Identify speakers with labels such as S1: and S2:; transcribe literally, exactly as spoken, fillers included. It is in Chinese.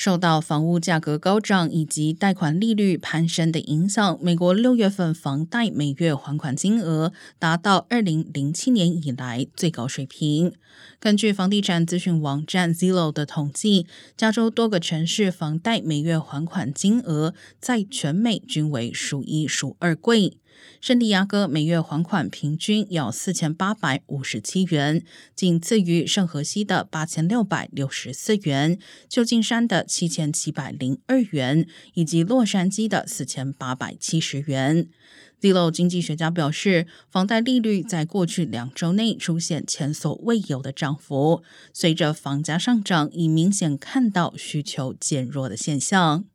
S1: 受到房屋价格高涨以及贷款利率攀升的影响，美国六月份房贷每月还款金额达到二零零七年以来最高水平。根据房地产资讯网站 Zillow 的统计，加州多个城市房贷每月还款金额在全美均为数一数二贵。圣地亚哥每月还款平均要四千八百五十七元，仅次于圣荷西的八千六百六十四元，旧金山的七千七百零二元，以及洛杉矶的四千八百七十元。Zillow 经济学家表示，房贷利率在过去两周内出现前所未有的涨幅，随着房价上涨，已明显看到需求减弱的现象。